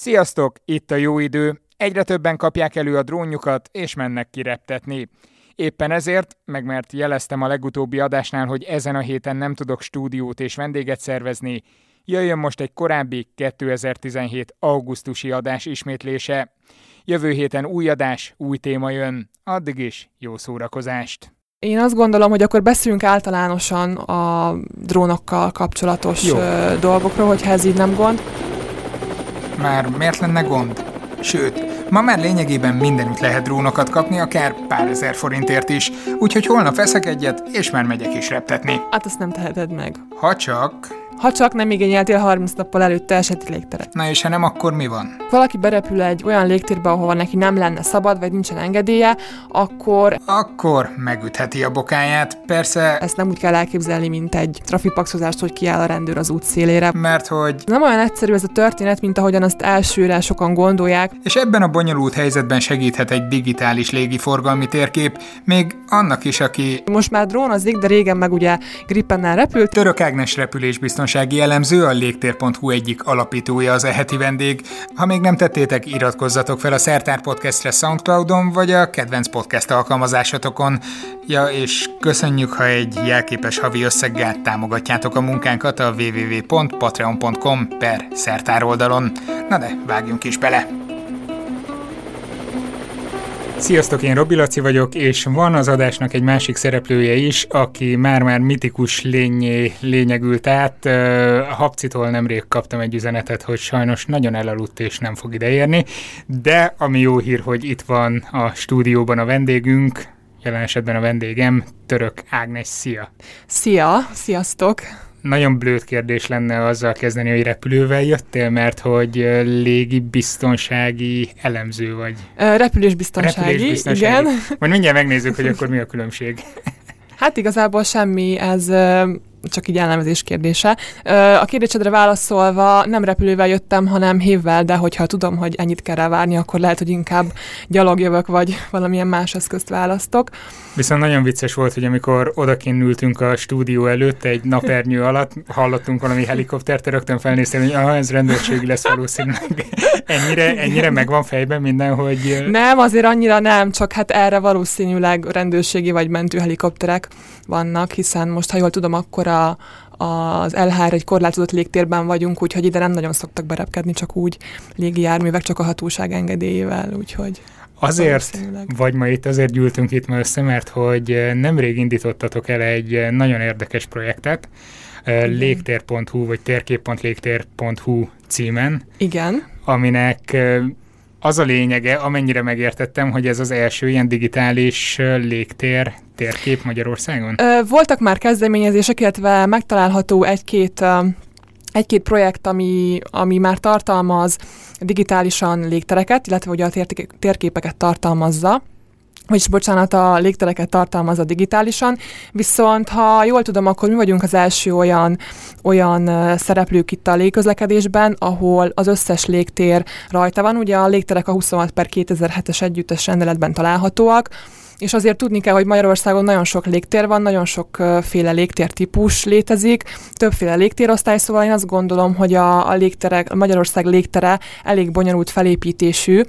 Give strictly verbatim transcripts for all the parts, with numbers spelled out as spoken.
Sziasztok, itt a jó idő. Egyre többen kapják elő a drónjukat, és mennek kireptetni. Éppen ezért, meg mert jeleztem a legutóbbi adásnál, hogy ezen a héten nem tudok stúdiót és vendéget szervezni, jöjjön most egy korábbi kétezer-tizenhét augusztusi adás ismétlése. Jövő héten új adás, új téma jön. Addig is jó szórakozást! Én azt gondolom, hogy akkor beszéljünk általánosan a drónokkal kapcsolatos Jó. dolgokról, hogyha ez így nem gond. Már miért lenne gond? Sőt, ma már lényegében mindenütt lehet drónokat kapni, akár pár ezer forintért is, úgyhogy holnap veszek egyet, és már megyek is reptetni. Hát azt nem teheted meg. Ha csak... Ha csak nem igényeltél harminc nappal előtte eseti légteret. Na és ha nem, akkor mi van? Valaki berepül egy olyan légtérbe, ahova neki nem lenne szabad, vagy nincsen engedélye, akkor... Akkor megütheti a bokáját, persze... Ezt nem úgy kell elképzelni, mint egy trafipaxozást, hogy kiáll a rendőr az út szélére. Mert hogy... Nem olyan egyszerű ez a történet, mint ahogyan azt elsőre sokan gondolják. És ebben a bonyolult helyzetben segíthet egy digitális légiforgalmi térkép, még annak is, aki... Most már drónozik, de régen meg ugye Gripennel repült. Török Ágnes repülésbiztonsági elemző, a légtér pont hu egyik alapítója az e-heti vendég. Ha még nem tettétek, iratkozzatok fel a Szertár Podcastre Soundcloudon, vagy a kedvenc podcast alkalmazásatokon. Ja, és köszönjük, ha egy jelképes havi összeggel támogatjátok a munkánkat a double-u double-u double-u pont patreon pont com per szertár oldalon. Na de, vágjunk is bele! Sziasztok, én Robi Laci vagyok, és van az adásnak egy másik szereplője is, aki már-már mitikus lényé lényegült át. A Habcitól nemrég kaptam egy üzenetet, hogy sajnos nagyon elaludt és nem fog ideérni, de ami jó hír, hogy itt van a stúdióban a vendégünk, jelen esetben a vendégem, Török Ágnes. Szia! Szia! Sziasztok! Nagyon blőd kérdés lenne azzal kezdeni, hogy repülővel jöttél, mert hogy légi biztonsági elemző vagy. Repülésbiztonsági, Repülésbiztonsági, igen. Majd mindjárt megnézzük, hogy akkor mi a különbség. Hát igazából semmi, ez csak így elnevezés kérdése. A kérdésedre válaszolva nem repülővel jöttem, hanem hévvel, de hogyha tudom, hogy ennyit kell rá várni, akkor lehet, hogy inkább gyalog jövök, vagy valamilyen más eszközt választok. Viszont nagyon vicces volt, hogy amikor odakinn ültünk a stúdió előtt egy napernyő alatt, hallottunk valami helikoptert, rögtön felnéztem, hogy ah, ez rendőrségi lesz valószínűleg. Ennyire, ennyire megvan fejben minden, hogy... Nem, azért annyira nem, csak hát erre valószínűleg rendőrségi vagy mentőhelikopterek vannak, hiszen most, ha jól tudom, akkor a, az el há er egy korlátozott légtérben vagyunk, úgyhogy ide nem nagyon szoktak berepkedni, csak úgy légijárművek, csak a hatóság engedélyével, úgyhogy... Azért, vagy ma itt azért gyűltünk itt ma össze, mert hogy nemrég indítottatok el egy nagyon érdekes projektet, Igen. légtér pont hu vagy térkép pont légtér pont hu címen. Igen. Aminek az a lényege, amennyire megértettem, hogy ez az első ilyen digitális légtér térkép Magyarországon? Voltak már kezdeményezések, illetve megtalálható egy-két egy-két projekt, ami, ami már tartalmaz digitálisan légtereket, illetve ugye a tér- térképeket tartalmazza, vagyis bocsánat, a légtereket tartalmazza digitálisan, viszont ha jól tudom, akkor mi vagyunk az első olyan, olyan szereplők itt a légközlekedésben, ahol az összes légtér rajta van. Ugye a légterek a huszonhat per kétezer-hetes együttes rendeletben találhatóak, és azért tudni kell, hogy Magyarországon nagyon sok légtér van, nagyon sokféle légtértípus létezik, többféle légtérosztály, szóval én azt gondolom, hogy a, a, légterek, a Magyarország légtere elég bonyolult felépítésű,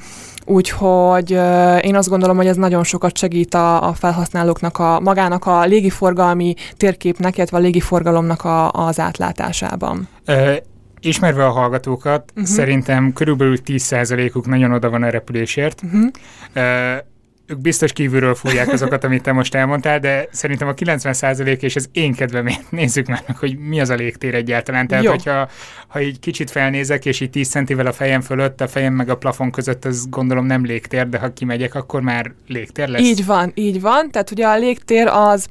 úgyhogy uh, én azt gondolom, hogy ez nagyon sokat segít a, a felhasználóknak, a magának a légiforgalmi térképnek, illetve a légiforgalomnak a, az átlátásában. Uh, ismerve a hallgatókat, uh-huh. szerintem körülbelül tíz százalékuk nagyon oda van a repülésért. Uh-huh. Uh, ők biztos kívülről fújják azokat, amit te most elmondtál, de szerintem a kilencven százalék, és ez én kedvemért nézzük már meg, hogy mi az a légtér egyáltalán. Tehát, Jó. hogyha ha így kicsit felnézek, és így tíz centivel a fejem fölött, a fejem meg a plafon között, az gondolom nem légtér, de ha kimegyek, akkor már légtér lesz. Így van, így van. Tehát ugye a légtér az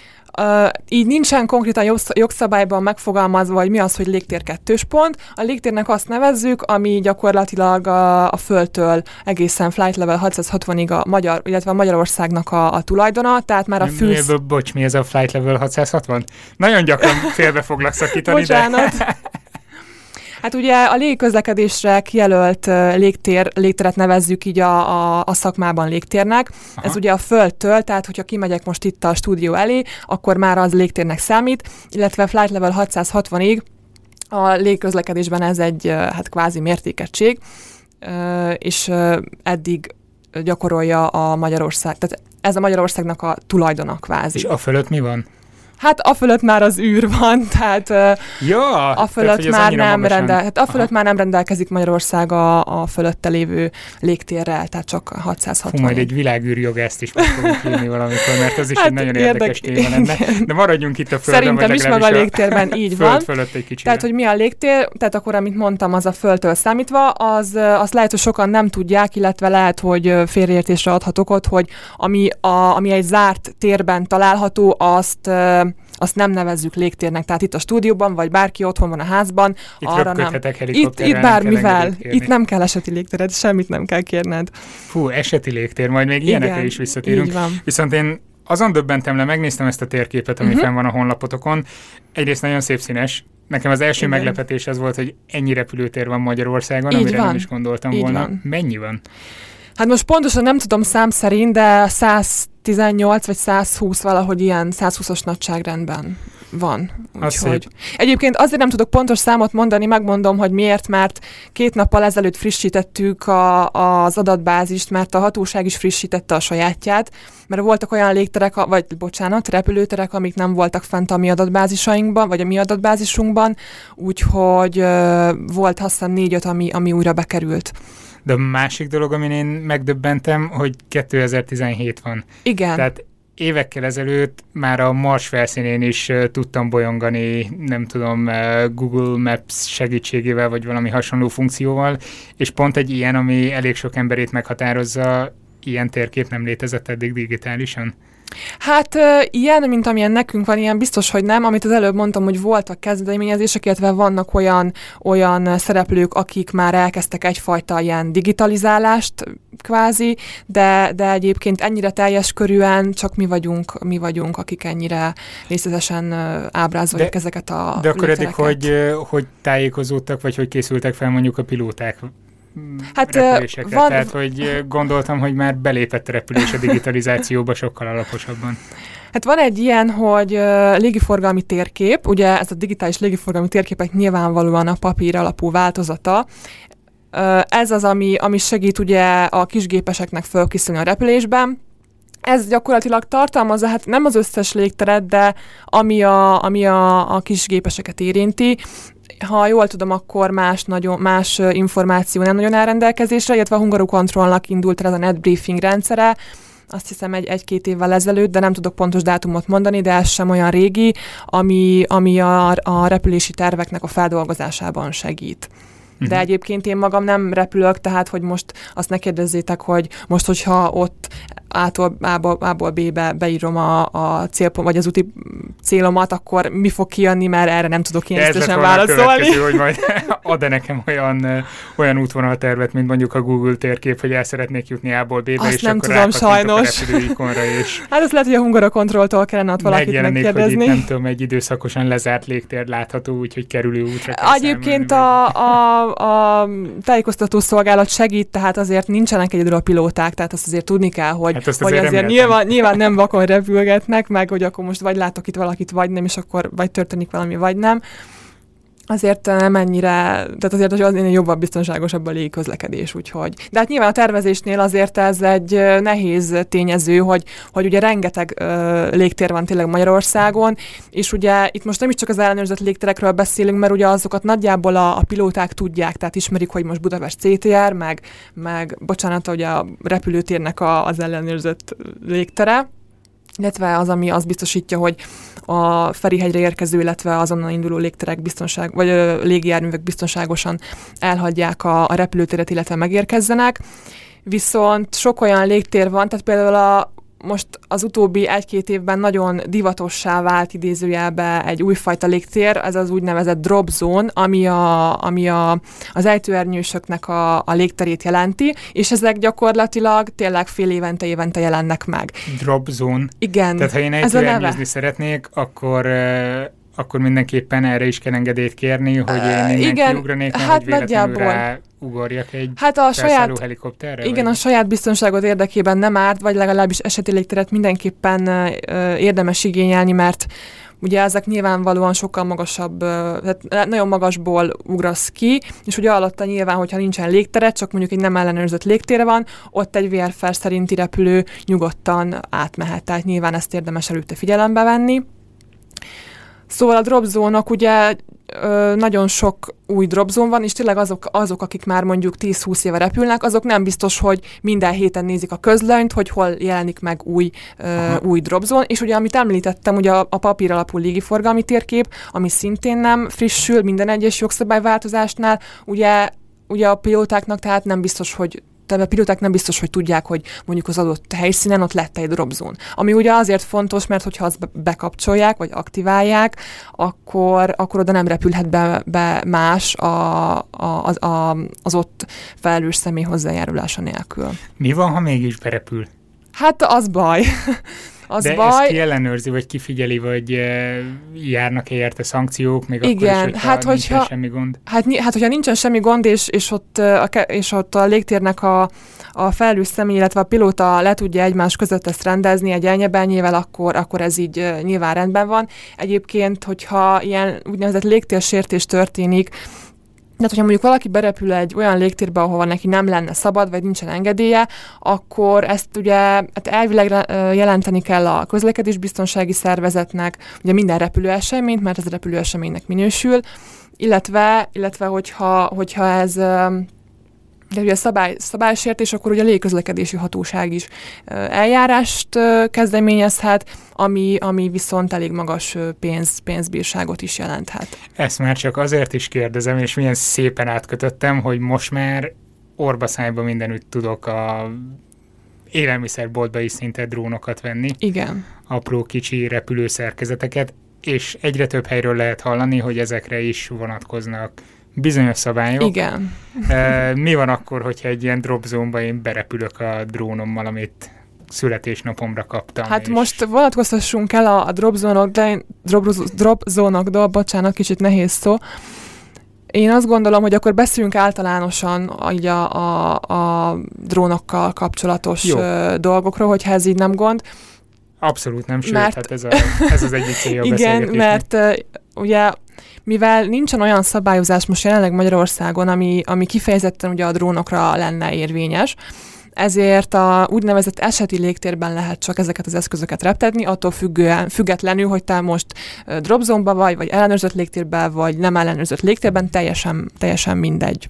Uh, így nincsen konkrétan jogszabályban megfogalmazva, hogy mi az, hogy légtér kettős pont. A légtérnek azt nevezzük, ami gyakorlatilag a, a Földtől egészen flight level hatszázhatvanig a magyar, illetve a Magyarországnak a, a tulajdona, tehát már a fűz... Mi, bocs, mi ez a flight level hatszázhatvan? Nagyon gyakran félbe foglak szakítani, Bocsánat. De... Hát ugye a légiközlekedésre kijelölt légtér, légteret nevezzük így a, a, a szakmában légtérnek. Aha. Ez ugye a Földtől, tehát hogyha kimegyek most itt a stúdió elé, akkor már az légtérnek számít, illetve flight level hatszázhatvanig a légközlekedésben ez egy hát kvázi mértékegység. és eddig gyakorolja a Magyarország, tehát ez a Magyarországnak a tulajdona kvázi. És a fölött mi van? Hát a fölött már az űr van, tehát ja, a fölött tehát, már nem magasan... rendel, hát a fölött Aha. már nem rendelkezik Magyarország a, a fölötte lévő légtérrel, tehát csak hatszázhatvan. Fú, majd egy világűrjogászt is meg fogunk írni valamikor, mert az is hát egy nagyon érdekes érdek... téma lenne. De maradjunk itt a Földön, szerintem is meg a légtérben így föld van. Fölött egy kicsit. Tehát, hogy mi a légtér, tehát akkor, amit mondtam, az a Földtől számítva, az, az lehet, hogy sokan nem tudják, illetve lehet, hogy félreértésre adhat okot, hogy ami, a, ami egy zárt térben található, azt azt nem nevezzük légtérnek. Tehát itt a stúdióban, vagy bárki otthon van a házban, itt arra nem. Itt, itt bármivel. Itt nem kell eseti légtéred, semmit nem kell kérned. Fú, eseti légtér, majd még ilyenekre Igen, is visszatérünk. így van. Viszont én azon döbbentem le, megnéztem ezt a térképet, ami uh-huh. fenn van a honlapotokon. Egyrészt nagyon szép színes. Nekem az első Igen. meglepetés az volt, hogy ennyi repülőtér van Magyarországon, így amire van. Nem is gondoltam így volna. Van. Mennyi van? Hát most pontosan nem tudom szám szerint, de száztizennyolc vagy százhúsz valahogy ilyen százhúszas nagyságrendben van. Úgyhogy. Egyébként azért nem tudok pontos számot mondani, megmondom, hogy miért, mert két nappal ezelőtt frissítettük a, az adatbázist, mert a hatóság is frissítette a sajátját, mert voltak olyan légterek, vagy bocsánat, repülőterek, amik nem voltak fent a mi adatbázisainkban, vagy a mi adatbázisunkban, úgyhogy uh, volt azt hiszem négy-öt, ami, ami újra bekerült. De a másik dolog, amin én megdöbbentem, hogy kétezer-tizenhét van. Igen. Tehát évekkel ezelőtt már a Mars felszínén is uh, tudtam bolyongani, nem tudom, uh, Google Maps segítségével, vagy valami hasonló funkcióval, és pont egy ilyen, ami elég sok emberét meghatározza, ilyen térkép nem létezett eddig digitálisan? Hát uh, ilyen, mint amilyen nekünk van, ilyen biztos, hogy nem. Amit az előbb mondtam, hogy voltak kezdeményezések, illetve vannak olyan, olyan szereplők, akik már elkezdtek egyfajta ilyen digitalizálást kvázi, de, de egyébként ennyire teljes körűen csak mi vagyunk, mi vagyunk, akik ennyire részletesen uh, ábrázoljuk de, ezeket a De akkor eddig, hogy, hogy tájékozódtak, vagy hogy készültek fel mondjuk a pilóták? Hát repülésekre. Tehát, hogy gondoltam, hogy már belépett a repülés a digitalizációba sokkal alaposabban. Hát van egy ilyen, hogy uh, légiforgalmi térkép, ugye ez a digitális légiforgalmi térképek nyilvánvalóan a papír alapú változata. Uh, ez az, ami, ami segít ugye a kisgépeseknek fölkészülni a repülésben. Ez gyakorlatilag tartalmazza, hát nem az összes légteret, de ami a, ami a, a kisgépeseket érinti. Ha jól tudom, akkor más, nagyon, más információ nem nagyon áll rendelkezésre, illetve a Hungarocontrolnak indult el ez a netbriefing rendszere, azt hiszem egy, egy-két évvel ezelőtt, de nem tudok pontos dátumot mondani, de ez sem olyan régi, ami, ami a, a repülési terveknek a feldolgozásában segít. De uh-huh. egyébként én magam nem repülök, tehát hogy most azt ne kérdezzétek, hogy most, hogyha ott A-tól, A-ból, A-ból B-be beírom a, a célpont, vagy az úti célomat, akkor mi fog kijönni, mert erre nem tudok én biztosan válaszolni. Hogy majd ad-e nekem olyan, olyan útvonaltervet, mint mondjuk a Google térkép, hogy el szeretnék jutni A-ból B-be, azt és nem akkor tudom, sajnos. a repülőikonra, és hát azt lehet, hogy a Hungarocontroltól kellene ott valakit megkérdezni. Hogy itt, nem tudom, egy időszakosan lezárt légtér látható, úgyhogy kerülő útra kell egyébként a, a, a tájékoztató szolgálat segít, tehát azért nincsenek egyedül a pilóták, tehát azt azért tudni kell, hogy, hát hogy azért, azért nyilván, nyilván nem vakon repülgetnek, meg hogy akkor most vagy látok itt valakit, vagy nem, és akkor vagy történik valami, vagy nem. Azért nem ennyire, tehát azért az ennél jobban biztonságosabb a légiközlekedés, úgyhogy. De hát nyilván a tervezésnél azért ez egy nehéz tényező, hogy, hogy ugye rengeteg uh, légtér van tényleg Magyarországon, és ugye itt most nem is csak az ellenőrzött légterekről beszélünk, mert ugye azokat nagyjából a, a pilóták tudják, tehát ismerik, hogy most Budapest cé té er, meg, meg bocsánat, ugye a repülőtérnek a, az ellenőrzött légtere, illetve az, ami azt biztosítja, hogy a Ferihegyre érkező, illetve azonnal induló légterek biztonság, vagy ö, légijárművek biztonságosan elhagyják a, a repülőteret, illetve megérkezzenek. Viszont sok olyan légtér van, tehát például a most az utóbbi egy-két évben nagyon divatossá vált idézőjelbe egy újfajta légtér, ez az úgynevezett drop zone, ami, a, ami a, az ejtőernyősöknek a, a légterét jelenti, és ezek gyakorlatilag tényleg fél évente, évente jelennek meg. Drop zone? Igen. Tehát ha én ejtőernyőzni szeretnék, akkor... Uh... akkor mindenképpen erre is kell engedélyt kérni, hogy én innen igen, kiugranék, mert hát hogy véletlenül ráugorjak egy hát a saját, helikopterre? Igen, vagy? A saját biztonságot érdekében nem árt, vagy legalábbis eseti légteret mindenképpen uh, érdemes igényelni, mert ugye ezek nyilvánvalóan sokkal magasabb, tehát nagyon magasból ugrasz ki, és ugye alatta nyilván, hogyha nincsen légteret, csak mondjuk egy nem ellenőrzött légtére van, ott egy vé er fel szerinti repülő nyugodtan átmehet, tehát nyilván ezt érdemes előtte figyelembe venni. Szóval a dropzónok ugye ö, nagyon sok új dropzón van, és tényleg azok, azok, akik már mondjuk tíz-húsz éve repülnek, azok nem biztos, hogy minden héten nézik a közlönyt, hogy hol jelenik meg új, ö, új dropzón, és ugye amit említettem, ugye a, a papír alapú légiforgalmi térkép, ami szintén nem frissül minden egyes jogszabályváltozásnál, ugye, ugye a pilótáknak tehát nem biztos, hogy tehát a pilóták nem biztos, hogy tudják, hogy mondjuk az adott helyszínen ott lett egy dropzón. Ami ugye azért fontos, mert hogyha azt bekapcsolják, vagy aktiválják, akkor, akkor oda nem repülhet be, be más a, a, az, a, az ott felelős személy hozzájárulása nélkül. Mi van, ha mégis berepül? Hát az baj. Az De baj. ezt ki ellenőrzi, vagy kifigyeli, vagy e, járnak-e érte szankciók, még Igen, akkor is, hogyha hát, nincsen hogyha, semmi gond? Hát, hát, hogyha nincsen semmi gond, és, és, ott, a, és ott a légtérnek a, a felelős személy, illetve a pilóta le tudja egymás között ezt rendezni egy elnyebernyével, akkor, akkor ez így uh, nyilván rendben van. Egyébként, hogyha ilyen úgynevezett légtérsértés történik, tehát, hogyha mondjuk valaki berepül egy olyan légtérbe, ahova neki nem lenne szabad, vagy nincsen engedélye, akkor ezt ugye hát elvileg jelenteni kell a közlekedésbiztonsági szervezetnek, ugye minden repülőeseményt, mert ez a repülőeseménynek minősül, illetve, illetve hogyha, hogyha ez de ugye szabály, szabálysértés, akkor ugye a légközlekedési hatóság is eljárást kezdeményezhet, ami, ami viszont elég magas pénz, pénzbírságot is jelenthet. Ezt már csak azért is kérdezem, és milyen szépen átkötöttem, hogy most már orbaszájban mindenütt tudok a élelmiszerboltba is szinte drónokat venni. Igen. Apró kicsi repülőszerkezeteket, és egyre több helyről lehet hallani, hogy ezekre is vonatkoznak bizonyos szabályok. Igen. E, mi van akkor, hogyha egy ilyen dropzónba én berepülök a drónommal, amit születésnapomra kaptam? Hát most vonatkoztassunk el a, a dropzónok, de dropzónok, de bocsánat, kicsit nehéz szó. Én azt gondolom, hogy akkor beszéljünk általánosan így a, a, a drónokkal kapcsolatos Jó. dolgokról, hogyha ez így nem gond. Abszolút nem, sőt, mert... hát ez, a, ez az egyik célja a Igen, mert uh, ugye mivel nincsen olyan szabályozás most jelenleg Magyarországon, ami, ami kifejezetten ugye a drónokra lenne érvényes, ezért a úgynevezett eseti légtérben lehet csak ezeket az eszközöket reptetni, attól függően, függetlenül, hogy te most dropzónba vagy, vagy ellenőrzött légtérben, vagy nem ellenőrzött légtérben, teljesen, teljesen mindegy.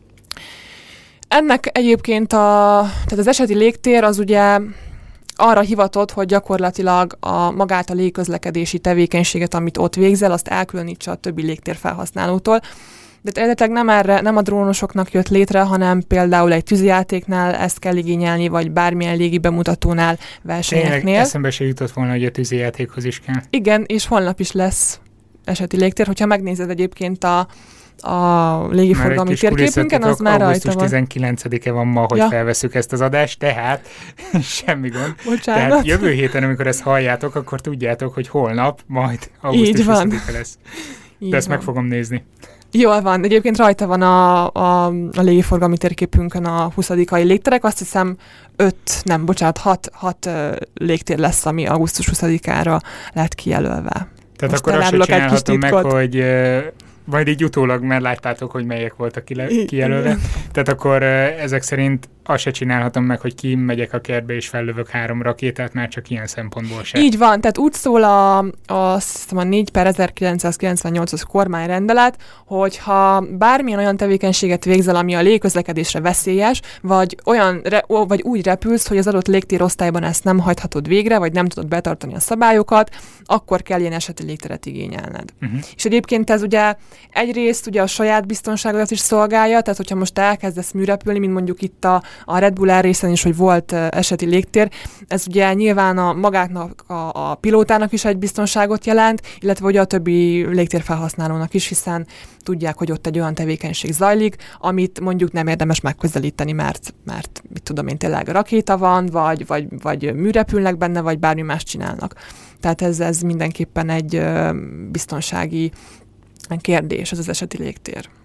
Ennek egyébként a, tehát az eseti légtér az ugye arra hivatott, hogy gyakorlatilag a magát a légközlekedési tevékenységet, amit ott végzel, azt elkülönítse a többi légtér felhasználótól. De eredetileg nem, erre, nem a drónosoknak jött létre, hanem például egy tűzijátéknál ezt kell igényelni, vagy bármilyen légi bemutatónál, versenyeknél. Tényleg eszembe se jutott volna, hogy a tűzijátékhoz is kell. Igen, és holnap is lesz eseti légtér. Hogyha megnézed egyébként a a légiforgalmi térképünken, az már rajta van. augusztus tizenkilencedike van ma, hogy ja. felveszük ezt az adást, tehát semmi gond. Bocsánat. Tehát jövő héten, amikor ezt halljátok, akkor tudjátok, hogy holnap majd augusztus huszadika lesz. De Így ezt van. meg fogom nézni. Jól van. Egyébként rajta van a, a, a légiforgalmi térképünkön a huszadikai légterek. Azt hiszem öt, nem, bocsánat, hat, hat uh, légtér lesz, ami augusztus huszadikára lett kijelölve. Tehát most akkor azt sem csinálhatom meg, hogy uh, majd így utólag, mert láttátok, hogy melyek voltak kile- kijelölve. Tehát akkor uh, ezek szerint azt se csinálhatom meg, hogy kimegyek a kertbe és fellövök három rakétát, már csak ilyen szempontból sem. Így van, tehát úgy szól a, a, a négy per ezerkilencszázkilencvennyolcas kormányrendelet, hogyha bármilyen olyan tevékenységet végzel, ami a légközlekedésre veszélyes, vagy, olyan re, vagy úgy repülsz, hogy az adott légtérosztályban ezt nem hajthatod végre, vagy nem tudod betartani a szabályokat, akkor kell ilyen eseti légteret igényelned. Uh-huh. És egyébként ez ugye egyrészt ugye a saját biztonságodat is szolgálja, tehát hogyha most elkezdesz műrepülni, mint mondjuk itt a a Red Bull Air részen is, hogy volt uh, eseti légtér, ez ugye nyilván a magáknak, a, a pilótának is egy biztonságot jelent, illetve ugye a többi légtérfelhasználónak is, hiszen tudják, hogy ott egy olyan tevékenység zajlik, amit mondjuk nem érdemes megközelíteni, mert, mert mit tudom én, tényleg rakéta van, vagy, vagy, vagy műrepülnek benne, vagy bármi más csinálnak. Tehát ez, ez mindenképpen egy uh, biztonsági kérdés, ez az eseti légtér.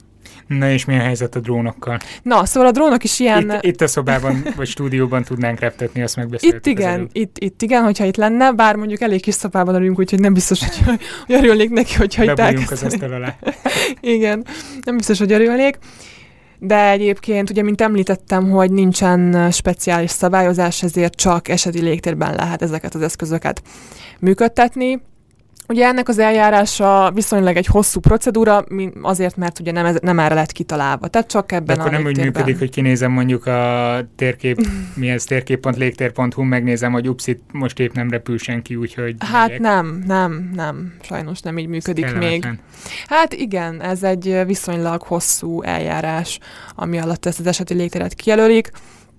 Na és milyen helyzet a drónokkal? Na, szóval a drónok is ilyen... Itt, itt a szobában vagy stúdióban tudnánk reptetni, azt megbeszéltük. Itt igen, itt, itt igen, hogyha itt lenne, bár mondjuk elég kis szobában ülünk, úgyhogy nem biztos, hogy, hogy örülnék neki, hogyha itt elkezdeni. Az asztal alá. Igen, nem biztos, hogy örülnék. De egyébként, ugye, mint említettem, hogy nincsen speciális szabályozás, ezért csak eseti légtérben lehet ezeket az eszközöket működtetni. Ugye ennek az eljárása viszonylag egy hosszú procedúra, azért, mert ugye nem, ez, nem erre lett kitalálva. Tehát csak ebben de akkor a nem úgy működik, hogy kinézem mondjuk a térkép, mi ez térkép pont légtér pont hu, megnézem, hogy upszit, most épp nem repül senki, úgyhogy... Hát megyek. nem, nem, nem, sajnos nem így működik még. Hát igen, ez egy viszonylag hosszú eljárás, ami alatt ezt az eseti légtéret kijelölik.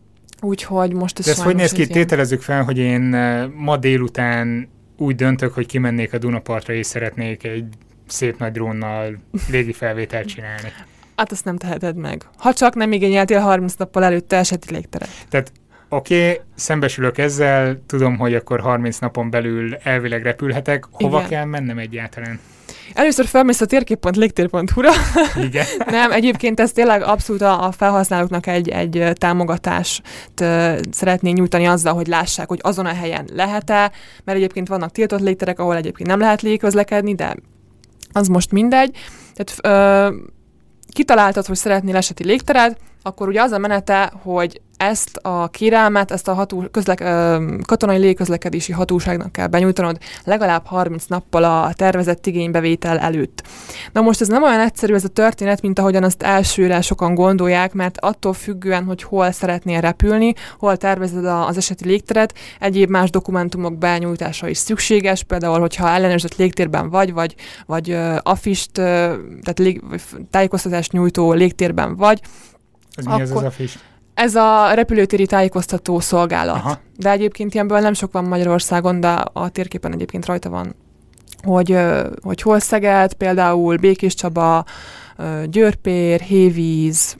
Úgyhogy most ez de ez hogy néz ki? ilyen... Tételezzük fel, hogy én ma délután úgy döntök, hogy kimennék a Dunapartra, és szeretnék egy szép nagy drónnal légi felvételt csinálni. Hát azt nem teheted meg. Ha csak nem igényeltél harminc nappal előtte eseti légteret. Tehát oké, okay, szembesülök ezzel, tudom, hogy akkor harminc napon belül elvileg repülhetek. Hova Igen. kell mennem egyáltalán? Először felmész a térkép pont légtér pont hu-ra. Igen. Nem, egyébként ez tényleg abszolút a, a felhasználóknak egy, egy támogatást uh, szeretné nyújtani azzal, hogy lássák, hogy azon a helyen lehet-e, mert egyébként vannak tiltott légterek, ahol egyébként nem lehet légiközlekedni, de az most mindegy. Tehát uh, kitaláltad, hogy szeretnél eseti légteret, akkor ugye az a menete, hogy ezt a kérelmet, ezt a ható, közlek, ö, katonai légközlekedési hatóságnak kell benyújtanod legalább harminc nappal a tervezett igénybevétel előtt. Na most ez nem olyan egyszerű ez a történet, mint ahogyan azt elsőre sokan gondolják, mert attól függően, hogy hol szeretnél repülni, hol tervezed az eseti légteret, egyéb más dokumentumok benyújtása is szükséges, például, hogyha ellenőrzött légtérben vagy, vagy, vagy uh, afist, uh, tehát lég, tájékoztatást nyújtó légtérben vagy. Ez mi ez az afist? Ez a repülőtéri tájékoztató szolgálat. Aha. De egyébként ilyenből nem sok van Magyarországon, de a térképen egyébként rajta van, hogy, hogy hol Szeged, például Békéscsaba, Győrpér, Hévíz,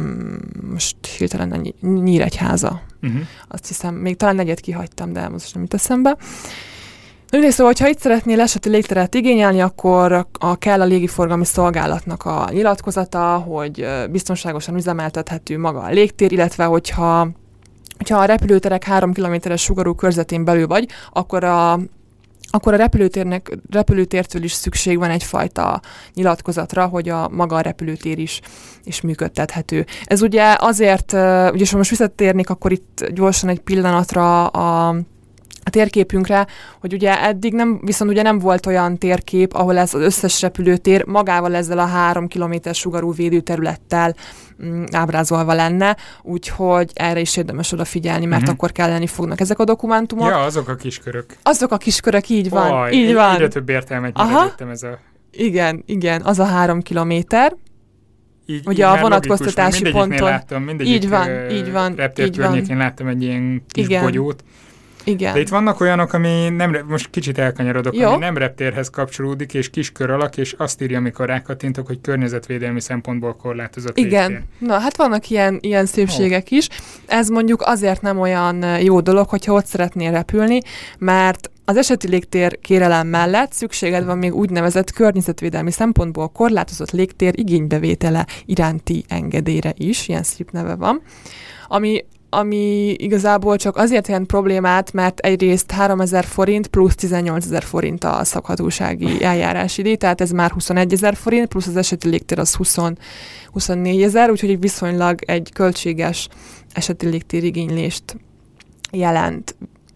most hirtelen Nyíregyháza. Uh-huh. Azt hiszem, még talán negyed kihagytam, de most nem jut eszembe. Szóval, hogyha itt szeretnél eseti légteret igényelni, akkor a, kell a légiforgalmi szolgálatnak a nyilatkozata, hogy biztonságosan üzemeltethető maga a légtér, illetve hogyha, hogyha a repülőterek három kilométeres sugarú körzetén belül vagy, akkor a akkor a repülőtérnek, repülőtértől is szükség van egyfajta nyilatkozatra, hogy a maga a repülőtér is, is működtethető. Ez ugye azért, ugye most visszatérnék akkor itt gyorsan egy pillanatra a a térképünkre, hogy ugye eddig nem, viszont ugye nem volt olyan térkép, ahol ez az összes repülőtér magával ezzel a három kilométer sugarú védőterülettel mm, ábrázolva lenne, úgyhogy erre is érdemes odafigyelni, mert uh-huh. akkor kelleni fognak ezek a dokumentumok. Ja, azok a kiskörök. Azok a kiskörök, így van. Oj, így van. Egyre több értelmet nyeredettem ez a... Igen, igen, az a három kilométer. Így, ugye így a vonatkoztatási ponton. Láttam, így van, uh, így van. Reptér környékén láttam egy ilyen kis igen. bogyót. Igen. De itt vannak olyanok, ami nem, most kicsit elkanyarodok, Jó. ami nem reptérhez kapcsolódik, és kis kör alak, és azt írja, amikor rákattintok, hogy környezetvédelmi szempontból korlátozott Igen. légtér. Na, hát vannak ilyen, ilyen szépségek oh. is. Ez mondjuk azért nem olyan jó dolog, hogyha ott szeretnél repülni, mert az eseti légtér kérelem mellett szükséged van még úgynevezett környezetvédelmi szempontból korlátozott légtér igénybevétele iránti engedélyre is, ilyen szép neve van, ami ami igazából csak azért jelent problémát, mert egyrészt háromezer forint plusz tizennyolcezer forint a szakhatósági eljárási díj, tehát ez már huszonegyezer forint, plusz az eseti légtér az húsz, huszonnégyezer, úgyhogy viszonylag egy költséges eseti légtér igénylést jelent.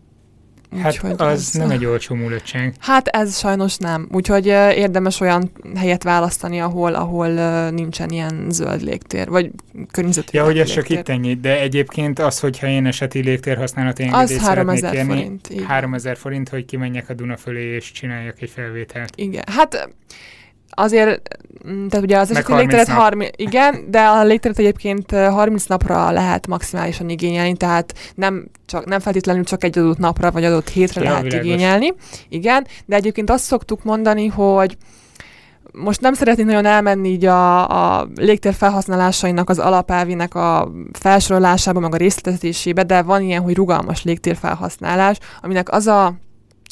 Hát úgy, az ez nem egy olcsó múlöttség. Hát ez sajnos nem. Úgyhogy uh, érdemes olyan helyet választani, ahol, ahol uh, nincsen ilyen zöld légtér, vagy környezetvédelmi Ja, hogy ez légtér. csak itt ennyi, de egyébként az, hogyha én eseti légtér használati engedélyt szeretnék kérni, forint, háromezer forint, hogy kimenjek a Duna fölé és csináljak egy felvételt. Igen, hát azért, tehát ugye az eseti légteret harminc, igen, de a légteret egyébként harminc napra lehet maximálisan igényelni, tehát nem, csak, nem feltétlenül csak egy adott napra, vagy adott hétre ja, lehet világos. igényelni. Igen, de egyébként azt szoktuk mondani, hogy most nem szeretnék nagyon elmenni így a, a légtér felhasználásainak az alapelvének a felsorolásába, meg a részletezésébe, de van ilyen, hogy rugalmas légtér felhasználás, aminek az a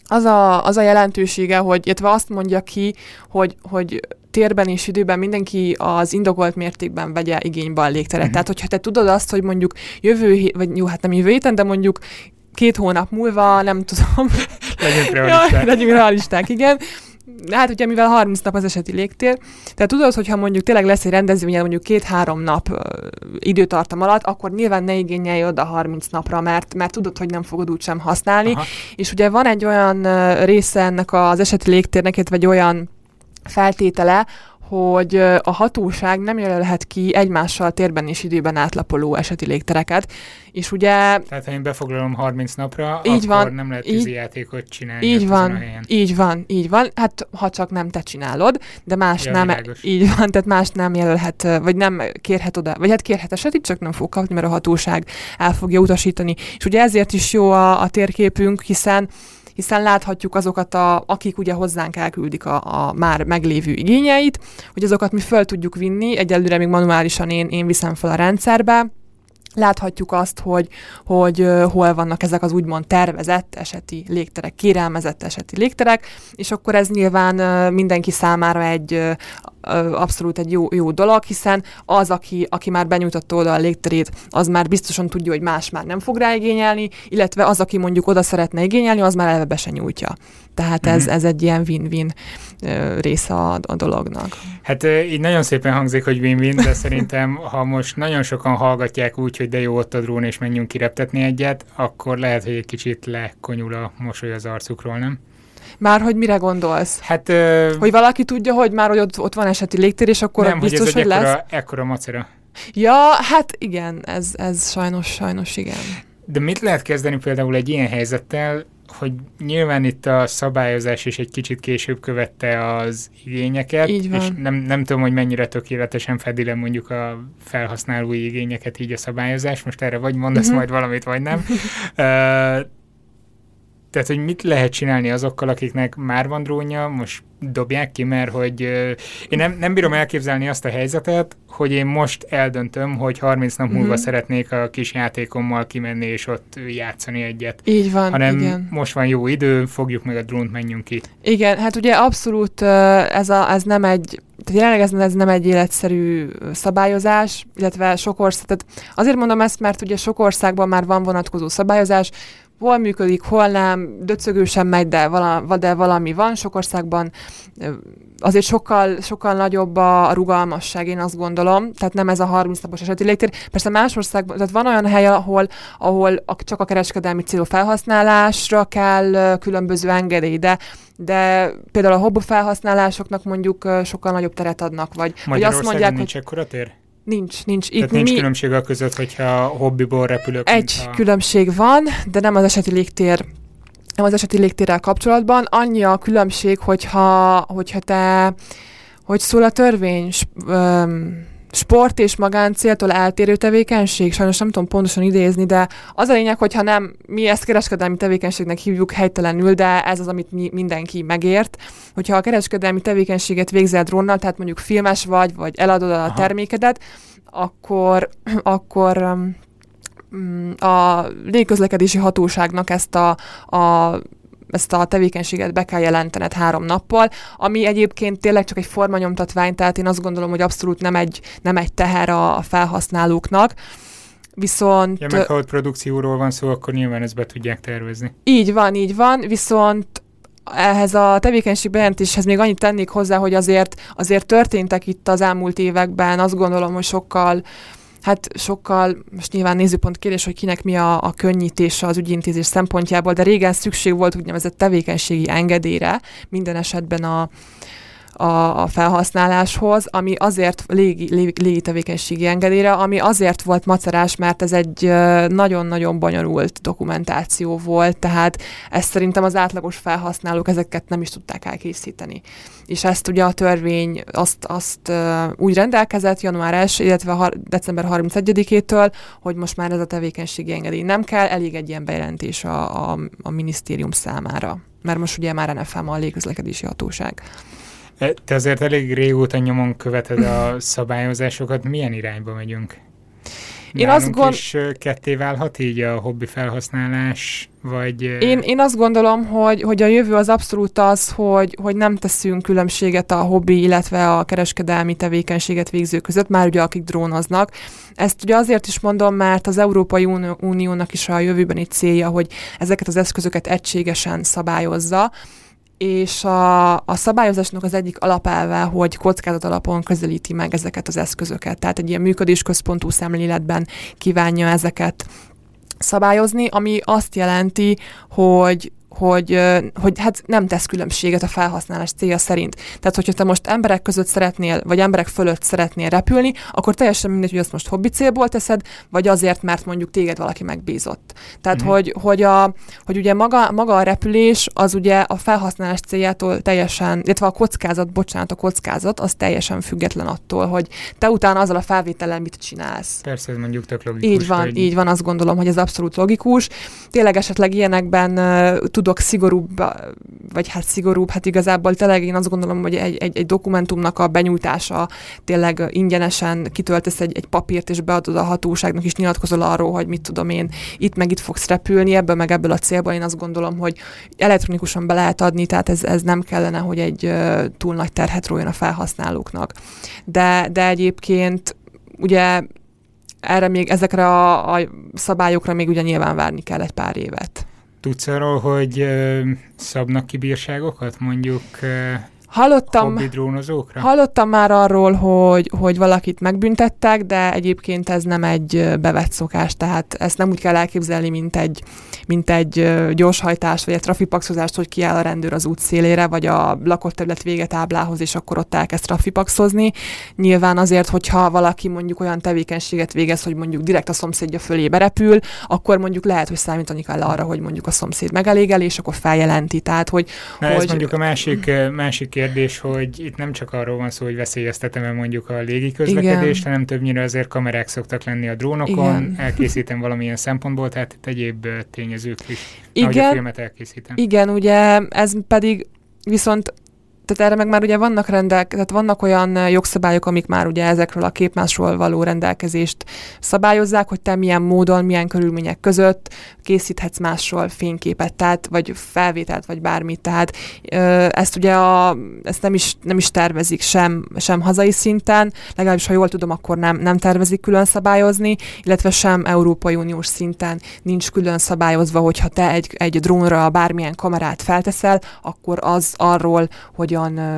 az a, az a jelentősége, hogy illetve azt mondja ki, hogy, hogy térben és időben mindenki az indokolt mértékben vegye igénybe a légteret. Uh-huh. Tehát, hogyha te tudod azt, hogy mondjuk jövő hét, vagy jó, hát nem jövő héten, de mondjuk két hónap múlva, nem tudom. Legyünk realisták. Ja, legyünk realisták, igen. Hát ugye, mivel harminc nap az eseti légtér, tehát tudod, hogyha mondjuk tényleg lesz egy rendezvény, mondjuk két-három nap uh, időtartam alatt, akkor nyilván ne igényelj oda harminc napra, mert, mert tudod, hogy nem fogod úgysem használni. Aha. És ugye van egy olyan uh, része ennek az eseti légtérnek, illetve egy olyan feltétele, hogy a hatóság nem jelölhet ki egymással térben és időben átlapoló eseti légtereket, és ugye... Tehát, ha én befoglalom harminc napra, így akkor van, nem lehet vízijátékot csinálni. Így van, így van, így van. Hát, ha csak nem te csinálod, de más ja, nem... Világos. Így van, tehát más nem jelölhet, vagy nem kérhet oda, vagy hát kérhet esetit, csak nem fog kapni, mert a hatóság el fogja utasítani. És ugye ezért is jó a, a térképünk, hiszen hiszen láthatjuk azokat, a, akik ugye hozzánk elküldik a, a már meglévő igényeit, hogy azokat mi föl tudjuk vinni, egyelőre még manuálisan én, én viszem fel a rendszerbe. Láthatjuk azt, hogy, hogy uh, hol vannak ezek az úgymond tervezett eseti légterek, kérelmezett eseti légterek, és akkor ez nyilván uh, mindenki számára egy uh, uh, abszolút egy jó, jó dolog, hiszen az, aki, aki már benyújtotta oda a légterét, az már biztosan tudja, hogy más már nem fog rá igényelni, illetve az, aki mondjuk oda szeretne igényelni, az már eleve be se nyújtja. Tehát ez, ez egy ilyen win-win uh, része a, a dolognak. Hát uh, így nagyon szépen hangzik, hogy win-win, de szerintem, ha most nagyon sokan hallgatják úgy, hogy de jó ott a drón, és menjünk kireptetni egyet, akkor lehet, hogy egy kicsit lekonyul a mosoly az arcukról, nem? Már hogy mire gondolsz? Hát... Uh, hogy valaki tudja, hogy már hogy ott, ott van eseti légtér, és akkor nem, biztos, hogy, ez hogy ekkora, lesz? ekkora macera. Ja, hát igen, ez, ez sajnos, sajnos igen. De mit lehet kezdeni például egy ilyen helyzettel, hogy nyilván itt a szabályozás is egy kicsit később követte az igényeket, és nem, nem tudom, hogy mennyire tökéletesen fedi le mondjuk a felhasználói igényeket így a szabályozás, most erre vagy mondasz uh-huh. majd valamit, vagy nem. uh, Tehát, hogy mit lehet csinálni azokkal, akiknek már van drónja, most dobják ki, mert hogy uh, én nem, nem bírom elképzelni azt a helyzetet, hogy én most eldöntöm, hogy harminc nap múlva uh-huh. szeretnék a kis játékommal kimenni és ott játszani egyet. Így van, hanem igen. most van jó idő, fogjuk meg a drónt, menjünk ki. Igen, hát ugye abszolút ez, a, ez nem egy, tehát jelenleg ez, ez nem egy életszerű szabályozás, illetve sok ország, tehát azért mondom ezt, mert ugye sok országban már van vonatkozó szabályozás, hol működik, hol nem, döcögősen megy, de, vala, de valami van. Sok országban azért sokkal, sokkal nagyobb a rugalmasság, én azt gondolom, tehát nem ez a harminc napos eseti légtér. Persze más országban, tehát van olyan hely, ahol, ahol a, csak a kereskedelmi célú felhasználásra kell különböző engedély, de, de például a hobby felhasználásoknak mondjuk sokkal nagyobb teret adnak, vagy, vagy azt mondják, nincs hogy ekkora tér? Nincs, nincs. Tehát itt nincs mi... különbség a között, hogyha hobbiból repülök. Egy a... különbség van, de nem az eseti légtér, nem az eseti légtérrel kapcsolatban. Annyi a különbség, hogyha, hogyha te, hogy szól a törvény, sport és magáncéltól eltérő tevékenység, sajnos nem tudom pontosan idézni, de az a lényeg, hogyha nem, mi ezt kereskedelmi tevékenységnek hívjuk helytelenül, de ez az, amit mi, mindenki megért. Hogyha a kereskedelmi tevékenységet végzel drónnal, tehát mondjuk filmes vagy, vagy eladod a Aha. termékedet, akkor, akkor um, a légiközlekedési hatóságnak ezt a, a ezt a tevékenységet be kell jelentened három nappal, ami egyébként tényleg csak egy formanyomtatvány, tehát én azt gondolom, hogy abszolút nem egy, nem egy teher a, a felhasználóknak. Viszont... Ja, meg ha ott produkcióról van szó, akkor nyilván ezt be tudják tervezni. Így van, így van, viszont ehhez a tevékenység bejelentéshez még annyit tennék hozzá, hogy azért, azért történtek itt az elmúlt években, azt gondolom, hogy sokkal Hát sokkal, most nyilván nézőpont kérdés, hogy kinek mi a, a könnyítése az ügyintézés szempontjából, de régen szükség volt úgynevezett tevékenységi engedélyre minden esetben a, a, a felhasználáshoz, ami azért légi, légi, légi tevékenységi engedélyre, ami azért volt macerás, mert ez egy nagyon-nagyon bonyolult dokumentáció volt, tehát ezt szerintem az átlagos felhasználók ezeket nem is tudták elkészíteni. És ezt ugye a törvény azt, azt uh, úgy rendelkezett január elsejétől, illetve har- december harmincegyedikétől, hogy most már ez a tevékenységi engedély nem kell, elég egy ilyen bejelentés a, a, a minisztérium számára. Mert most ugye már en ef em a légközlekedési hatóság. Te azért elég régóta nyomon követed a szabályozásokat. Milyen irányba megyünk? Én azt gond... is ketté válhat így a hobbi felhasználás, vagy... Én, én azt gondolom, hogy, hogy a jövő az abszolút az, hogy, hogy nem teszünk különbséget a hobbi, illetve a kereskedelmi tevékenységet végzők között, már ugye akik drónoznak. Ezt ugye azért is mondom, mert az Európai Uniónak is a jövőbeni célja, hogy ezeket az eszközöket egységesen szabályozza, és a, a szabályozásnak az egyik alapelve, hogy kockázat alapon közelíti meg ezeket az eszközöket. Tehát egy ilyen működésközpontú szemléletben kívánja ezeket szabályozni, ami azt jelenti, hogy hogy, hogy hát nem tesz különbséget a felhasználás célja szerint. Tehát, hogyha te most emberek között szeretnél, vagy emberek fölött szeretnél repülni, akkor teljesen mindegy, hogy azt most hobbi célból teszed, vagy azért, mert mondjuk téged valaki megbízott. Tehát, mm-hmm. hogy, hogy, a, hogy ugye maga, maga a repülés az ugye a felhasználás céljától teljesen, illetve a kockázat, bocsánat, a kockázat, az teljesen független attól, hogy te utána azzal a felvétellel mit csinálsz. Persze, ez mondjuk tök logikus. Így van, hogy... így van, azt gondolom, hogy ez abszolút logikus. Tényleg esetleg ilyenekben uh, tudok szigorúbb, vagy hát szigorúbb, hát igazából tényleg én azt gondolom, hogy egy, egy, egy dokumentumnak a benyújtása tényleg ingyenesen kitöltesz egy, egy papírt, és beadod a hatóságnak, is nyilatkozol arról, hogy mit tudom én, itt meg itt fogsz repülni, ebből meg ebből a célból én azt gondolom, hogy elektronikusan be lehet adni, tehát ez, ez nem kellene, hogy egy uh, túl nagy terhet rójon a felhasználóknak. De, de egyébként ugye erre még, ezekre a, a szabályokra még ugye nyilván várni kell egy pár évet. Tudsz arról, hogy ö, szabnak ki bírságokat, mondjuk ö, hallottam, hobbi drónozókra? Hallottam már arról, hogy, hogy valakit megbüntettek, de egyébként ez nem egy bevett szokás, tehát ezt nem úgy kell elképzelni, mint egy, mint egy gyorshajtást, vagy egy trafipaxozást, hogy kiáll a rendőr az út szélére, vagy a lakott terület végetáblához, és akkor ott elkezd trafipaxozni. Nyilván azért, hogyha valaki mondjuk olyan tevékenységet végez, hogy mondjuk direkt a szomszédja fölé berepül, akkor mondjuk lehet, hogy számítani kell arra, hogy mondjuk a szomszéd megelégel, és akkor feljelenti. Tehát, hogy, Na, hogy... ez mondjuk a másik, másik kérdés, hogy itt nem csak arról van szó, hogy veszélyeztetem-e mondjuk a légiközlekedést, hanem többnyire azért kamerák szoktak lenni a drónokon, igen. elkészítem valamilyen szempontból, tehát itt egyéb tényezők is, ahogy a filmet elkészítem. Igen, ugye ez pedig viszont tehát erre meg már ugye vannak rendel, tehát vannak olyan jogszabályok, amik már ugye ezekről a képmásról való rendelkezést szabályozzák, hogy te milyen módon, milyen körülmények között készíthetsz másról fényképet, tehát vagy felvételt, vagy bármit. Tehát ezt ugye a, ezt nem is, nem is tervezik sem, sem hazai szinten, legalábbis ha jól tudom, akkor nem, nem tervezik külön szabályozni, illetve sem Európai Uniós szinten nincs külön szabályozva, hogyha te egy, egy drónra bármilyen kamerát felteszel, akkor az arról, hogy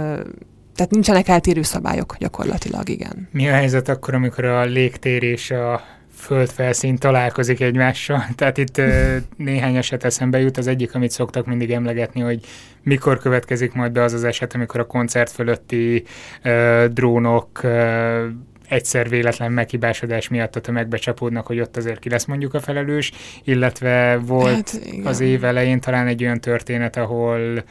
tehát nincsenek eltérő szabályok gyakorlatilag, igen. Mi a helyzet akkor, amikor a légtér és a földfelszín találkozik egymással? Tehát itt néhány eset eszembe jut. Az egyik, amit szoktak mindig emlegetni, hogy mikor következik majd be az az eset, amikor a koncert fölötti uh, drónok uh, egyszer véletlen meghibásodás miatt a tömegbe csapódnak, hogy ott azért ki lesz mondjuk a felelős, illetve volt hát, az év elején talán egy olyan történet, ahol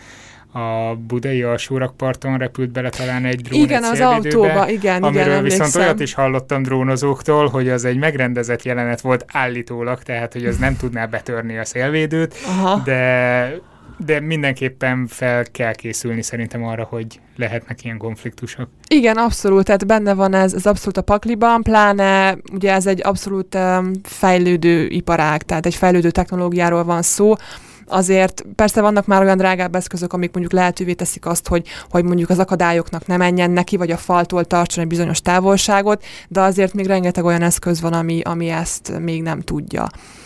a budai alsórakparton repült bele talán egy drón igen, egy az autóba, igen, amiről igen, viszont emlékszem. Olyat is hallottam drónozóktól, hogy az egy megrendezett jelenet volt állítólag, tehát hogy az nem tudná betörni a szélvédőt, Aha. de de mindenképpen fel kell készülni szerintem arra, hogy lehetnek ilyen konfliktusok. Igen, abszolút, tehát benne van ez, ez abszolút a pakliban, pláne ugye ez egy abszolút um, fejlődő iparág, tehát egy fejlődő technológiáról van szó. Azért persze vannak már olyan drágább eszközök, amik mondjuk lehetővé teszik azt, hogy, hogy mondjuk az akadályoknak ne menjen neki, vagy a faltól tartson egy bizonyos távolságot, de azért még rengeteg olyan eszköz van, ami, ami ezt még nem tudja.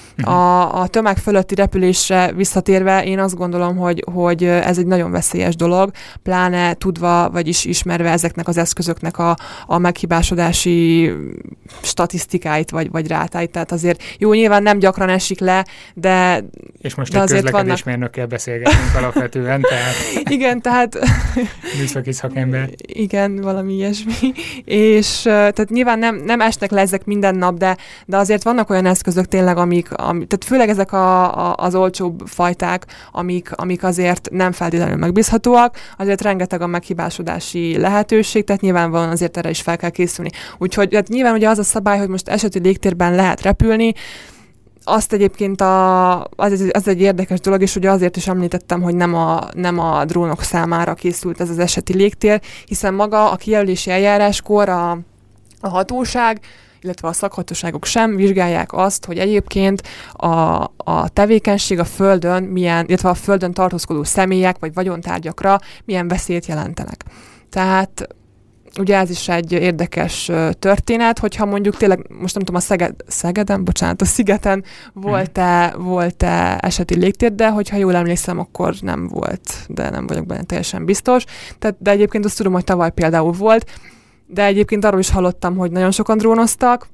A, a tömeg fölötti repülésre visszatérve én azt gondolom, hogy, hogy ez egy nagyon veszélyes dolog, pláne tudva, vagyis ismerve ezeknek az eszközöknek a, a meghibásodási statisztikáit, vagy, vagy rátáit. Tehát azért jó, nyilván nem gyakran esik le, de és most de egy közlekedésmérnökkel vannak... beszélgetünk alapvetően, tehát... Igen, tehát... műszaki szakember. Igen, valami ilyesmi. És tehát nyilván nem, nem esnek le ezek minden nap, de, de azért vannak olyan eszközök tényleg, amik Ami, tehát főleg ezek a, a, az olcsóbb fajták, amik, amik azért nem feltétlenül megbízhatóak, azért rengeteg a meghibásodási lehetőség, tehát nyilvánvalóan azért erre is fel kell készülni. Úgyhogy tehát nyilván ugye az a szabály, hogy most eseti légtérben lehet repülni, azt egyébként a, az, az egy érdekes dolog, és ugye azért is említettem, hogy nem a, nem a drónok számára készült ez az eseti légtér, hiszen maga a kijelölési eljáráskor a, a hatóság, illetve a szakhatóságok sem vizsgálják azt, hogy egyébként a, a tevékenység a Földön milyen, illetve a Földön tartózkodó személyek vagy vagyontárgyakra milyen veszélyt jelentenek. Tehát ugye ez is egy érdekes történet, hogyha mondjuk tényleg, most nem tudom, a Szeged, Szegeden, bocsánat, a Szigeten volt-e, volt-e eseti légtér, de hogyha jól emlékszem, akkor nem volt, de nem vagyok benne teljesen biztos. Tehát, de egyébként azt tudom, hogy tavaly például volt, de egyébként arról is hallottam, hogy nagyon sokan drónoztak,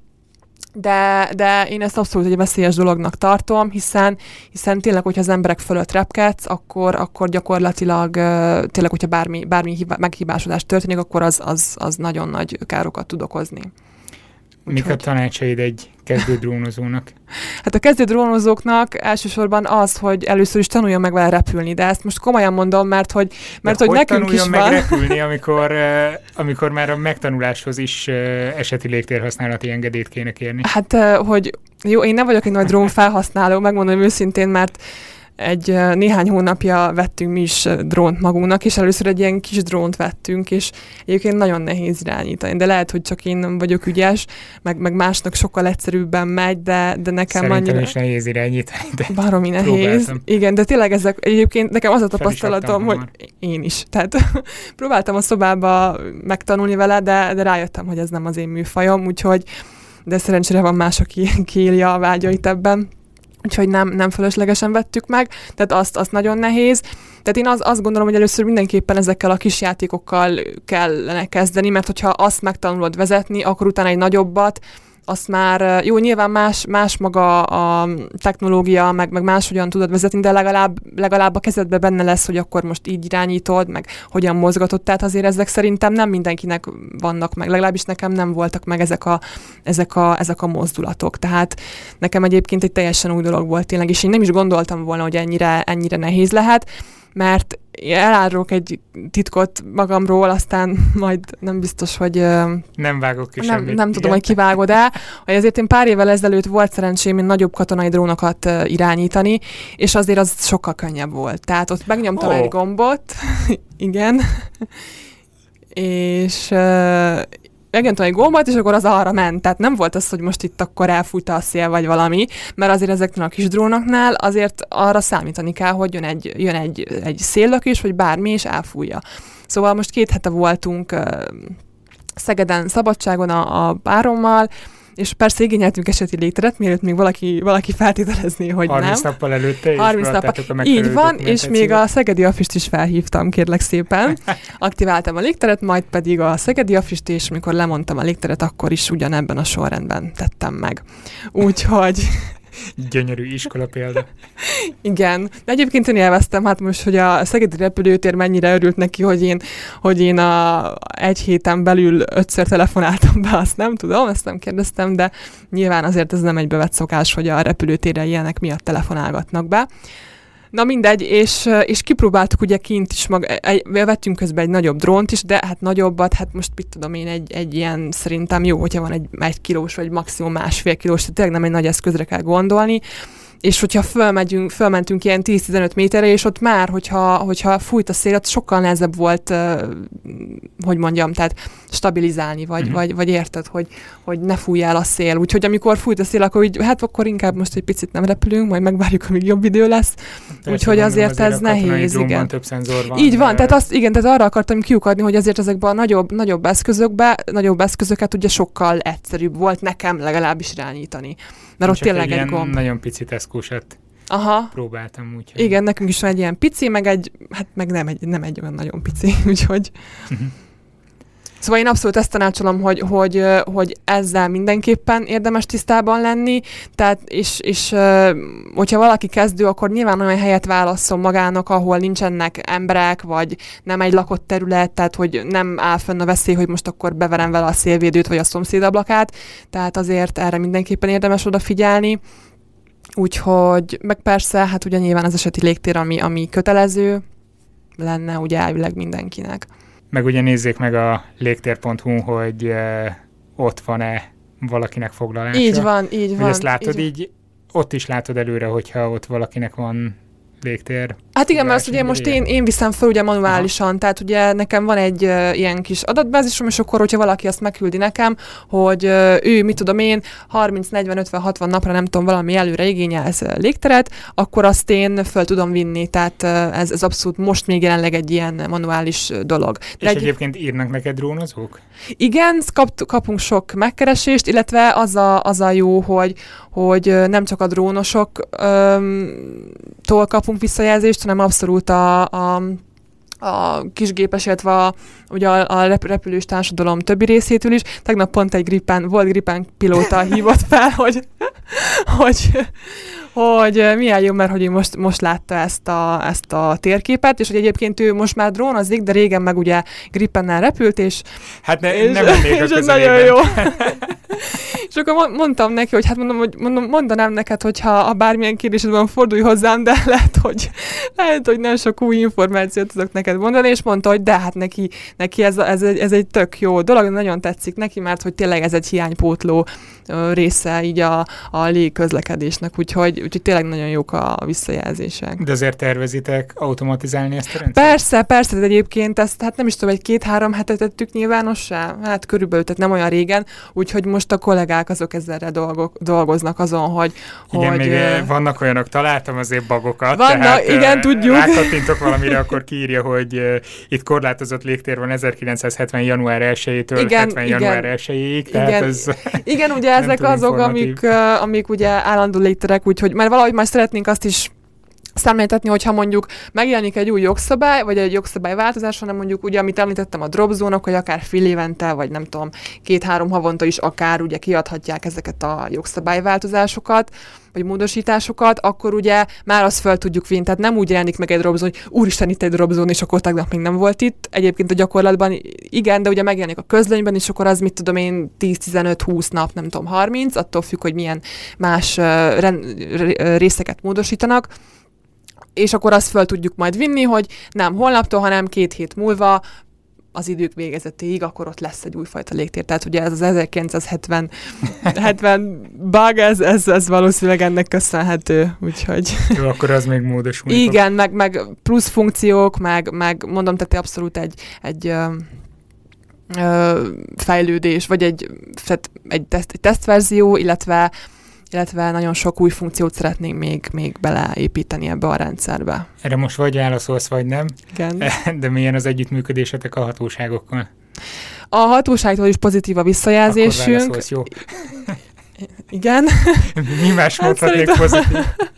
de, de én ezt abszolút egy veszélyes dolognak tartom, hiszen, hiszen tényleg, hogyha az emberek fölött repkedsz, akkor, akkor gyakorlatilag tényleg, hogyha bármi, bármi hibá, meghibásodás történik, akkor az, az, az nagyon nagy károkat tud okozni. Mik a tanácsaid egy kezdő drónozónak? Hát a kezdő drónozóknak elsősorban az, hogy először is tanuljon meg vele repülni, de ezt most komolyan mondom, mert hogy, mert hogy, hogy nekünk is meg van. repülni, amikor, amikor már a megtanuláshoz is eseti légtérhasználati engedélyt kéne kérni? Hát, hogy jó, én nem vagyok egy nagy drón felhasználó, megmondom őszintén, mert egy néhány hónapja vettünk mi is drónt magunknak, és először egy ilyen kis drónt vettünk, és egyébként nagyon nehéz irányítani, de lehet, hogy csak én nem vagyok ügyes, meg, meg másnak sokkal egyszerűbben megy, de, de nekem Szerintem annyira... is nehéz irányítani, de baromi nehéz. próbáltam. Igen, de tényleg ezek, egyébként nekem az a tapasztalatom, hogy én is. Tehát próbáltam a szobába megtanulni vele, de, de rájöttem, hogy ez nem az én műfajom, úgyhogy de szerencsére van más, aki kiélja a vágyait ebben. Úgyhogy nem, nem fölöslegesen vettük meg, tehát azt, azt nagyon nehéz. Tehát én az, azt gondolom, hogy először mindenképpen ezekkel a kis játékokkal kellene kezdeni, mert hogyha azt megtanulod vezetni, akkor utána egy nagyobbat, azt már, jó, nyilván más, más maga a technológia, meg, meg máshogyan tudod vezetni, de legalább, legalább a kezedben benne lesz, hogy akkor most így irányítod, meg hogyan mozgatod, tehát azért ezek szerintem nem mindenkinek vannak meg, legalábbis nekem nem voltak meg ezek a, ezek a, ezek a mozdulatok, tehát nekem egyébként egy teljesen új dolog volt tényleg, és én nem is gondoltam volna, hogy ennyire, ennyire nehéz lehet, mert elárulok egy titkot magamról, aztán majd nem biztos, hogy... Nem vágok ki nem, semmit. nem tudom, hogy kivágod el, hogy azért én pár évvel ezelőtt volt szerencsém én nagyobb katonai drónokat irányítani, és azért az sokkal könnyebb volt. Tehát ott megnyomtam oh. egy gombot, igen, és... megnyomtam egy gombot, és akkor az arra ment. Tehát nem volt az, hogy most itt akkor elfújta a szél, vagy valami, mert azért ezeknél a kis drónoknál azért arra számítani kell, hogy jön egy, jön egy, egy széllökés, vagy bármi, és elfújja. Szóval most két hete voltunk uh, Szegeden szabadságon a, a párommal, és persze igényeltünk eseti légteret, mielőtt még valaki, valaki feltételezné, hogy nem. harminc nappal előtte, és harminc nappal. Így van, és még a Szegedi Afist is felhívtam, kérlek szépen. Aktiváltam a légteret, majd pedig a Szegedi Afist, és amikor lemondtam a légteret, akkor is ugyanebben a sorrendben tettem meg. Úgyhogy... Gyönyörű iskola példa. Igen. De egyébként én élveztem, hát most, hogy a szegedi repülőtér mennyire örült neki, hogy én, hogy én a egy héten belül ötször telefonáltam be, azt nem tudom, ezt nem kérdeztem, de nyilván azért ez nem egy bevett szokás, hogy a repülőtérre ilyenek miatt telefonálgatnak be. Na mindegy, és, és kipróbáltuk ugye kint is, maga, egy, vettünk közben egy nagyobb drónt is, de hát nagyobbat, hát most mit tudom én, egy, egy ilyen szerintem jó, hogyha van egy, egy kilós, vagy maximum másfél kilós, tehát tényleg nem egy nagy eszközre kell gondolni, és hogyha fölmegyünk, fölmentünk ilyen tíz-tizenöt méterre, és ott már, hogyha, hogyha fújt a szél, ott sokkal nehezebb volt, uh, hogy mondjam, tehát stabilizálni, vagy, uh-huh. vagy, vagy érted, hogy, hogy ne fújj el a szél. Úgyhogy amikor fújt a szél, akkor így, hát akkor inkább most egy picit nem repülünk, majd megvárjuk, amíg jobb idő lesz. Úgyhogy azért, azért ez nehéz, igen. Több szenzor van. Így van, tehát azt, igen, tehát arra akartam kiukadni, hogy azért ezekben a nagyobb, nagyobb eszközökben, nagyobb eszközöket ugye sokkal egyszerűbb volt nekem legalábbis irányítani. Mert ott tényleg egy, egy gomb. Nagyon pici teszkósat Aha. próbáltam úgy. Igen, nekünk is van egy ilyen pici, meg egy, hát meg nem egy, nem egy olyan nagyon pici, úgyhogy... Uh-huh. Szóval én abszolút ezt tanácsolom, hogy, hogy, hogy ezzel mindenképpen érdemes tisztában lenni, tehát és, és hogyha valaki kezdő, akkor nyilván olyan helyet válasszon magának, ahol nincsenek emberek, vagy nem egy lakott terület, tehát hogy nem áll fönn a veszély, hogy most akkor beverem vele a szélvédőt, vagy a szomszéd ablakát, tehát azért erre mindenképpen érdemes odafigyelni. Úgyhogy, meg persze, hát ugye nyilván az eseti légtér, ami, ami kötelező lenne ugye elvileg mindenkinek. Meg ugye nézzék meg a légtér pont hu, hogy uh, ott van-e valakinek foglalása. Így van, így van. Hogy ezt látod így, így, ott is látod előre, hogyha ott valakinek van légtér. Hát Hát igen, mert azt ugye most én, én viszem fel ugye manuálisan, aha. Tehát ugye nekem van egy uh, ilyen kis adatbázisom, és akkor, hogyha valaki azt megküldi nekem, hogy uh, ő, mit tudom én, harminc, negyven, ötven, hatvan napra nem tudom, valami előre igényelsz uh, légteret, akkor azt én föl tudom vinni, tehát uh, ez, ez abszolút most még jelenleg egy ilyen manuális uh, dolog. De és egy... egyébként írnak neked drónozók? Igen, kap, kapunk sok megkeresést, illetve az a, az a jó, hogy, hogy nem csak a drónosoktól kapunk visszajelzést, hanem abszolút a, a, a kisgépes, illetve a, ugye a, a repülős társadalom többi részétől is. Tegnap pont egy Gripen, volt Gripen pilóta hívott fel, hogy, hogy, hogy milyen jó, mert hogy ő most, most látta ezt a, ezt a térképet, és hogy egyébként ő most már drónozik, de régen meg ugye Gripennel repült, és... Hát ne, és, nem mennék a és nagyon jó. És akkor mondtam neki, hogy hát mondom, hogy mondom, mondanám neked, hogyha a bármilyen kérdésedben fordulj hozzám, de lehet, hogy, lehet, hogy nem sok új információt tudok neked mondani, és mondta, hogy de hát neki, neki ez, ez, egy, ez egy tök jó dolog, nagyon tetszik neki, mert hogy tényleg ez egy hiánypótló része így a, a légközlekedésnek, úgyhogy, úgyhogy tényleg nagyon jók a visszajelzések. De azért tervezitek automatizálni ezt a rendszert? Persze, persze, de egyébként ezt hát nem is tudom, egy két-három hetet tettük nyilvánossá, hát körülbelül, tehát nem olyan régen, úgyhogy most a kollégák azok ezzel dolgok, dolgoznak azon, hogy... Igen, hogy, még uh, vannak olyanok, találtam azért bagokat, vannak, tehát igen, uh, tudjuk. rákattintok valamire, akkor kiírja, hogy uh, itt korlátozott légtér van ezerkilencszázhetven. január elsejétől igen, hetven. Igen, január elsejéig, tehát igen, ez igen, ugye ezek azok, amik, uh, amik ugye állandó légterek, úgyhogy mert valahogy már szeretnénk azt is számláltatni, hogyha mondjuk megjelenik egy új jogszabály, vagy egy jogszabályváltozás, hanem mondjuk ugye, amit említettem, a dropzónok, hogy akár fél évente, vagy nem tudom, két-három havonta is akár ugye kiadhatják ezeket a jogszabályváltozásokat, vagy módosításokat, akkor ugye már azt fel tudjuk vinni. Tehát nem úgy jelenik meg egy dropzón, hogy úristen, itt egy dropzón, és akkor tegnap még nem volt itt. Egyébként a gyakorlatban igen, de ugye megjelenik a közlönyben, és akkor az, mit tudom én, tíz-tizenöt-húsz nap, nem tudom, harminc, attól függ, hogy milyen más uh, ren- részeket módosítanak. És akkor azt fel tudjuk majd vinni, hogy nem holnaptól, hanem két hét múlva az idők végezetéig, akkor ott lesz egy újfajta légtér. Tehát ugye ez az ezerkilencszázhetven hetven bug, ez, ez, ez valószínűleg ennek köszönhető, úgyhogy... Jó, akkor az még módosul. Igen, meg, meg plusz funkciók, meg, meg mondom, tehát abszolút egy, egy ö, ö, fejlődés, vagy egy, egy, teszt, egy tesztverzió, illetve illetve nagyon sok új funkciót szeretnénk még, még beleépíteni ebbe a rendszerbe. Erre most vagy válaszolsz, vagy nem. Igen. De milyen az együttműködésetek a hatóságokkal? A hatóságtól is pozitív a visszajelzésünk. Akkor válaszolsz, jó. Igen. Mi más mondhatnék hát pozitív?